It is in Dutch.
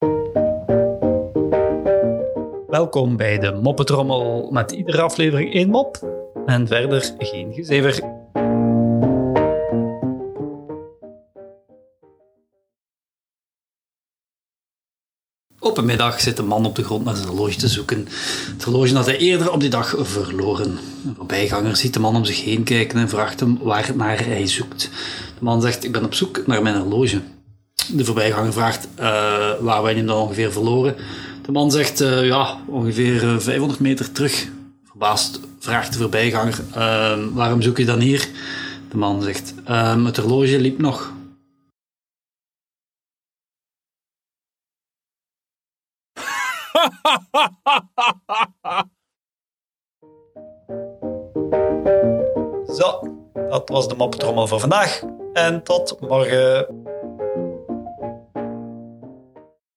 Welkom bij de Moppetrommel met iedere aflevering 1 mop en verder geen gezever. Op een middag zit een man op de grond naar zijn horloge te zoeken. Het horloge had hij eerder op die dag verloren. Een voorbijganger ziet de man om zich heen kijken en vraagt hem waar naar hij zoekt. De man zegt, ik ben op zoek naar mijn horloge. De voorbijganger vraagt, waar ben je hem dan ongeveer verloren? De man zegt, ongeveer 500 meter terug. Verbaasd vraagt de voorbijganger, waarom zoek je dan hier? De man zegt, het horloge liep nog. Zo, dat was de Moppetrommel voor vandaag. En tot morgen.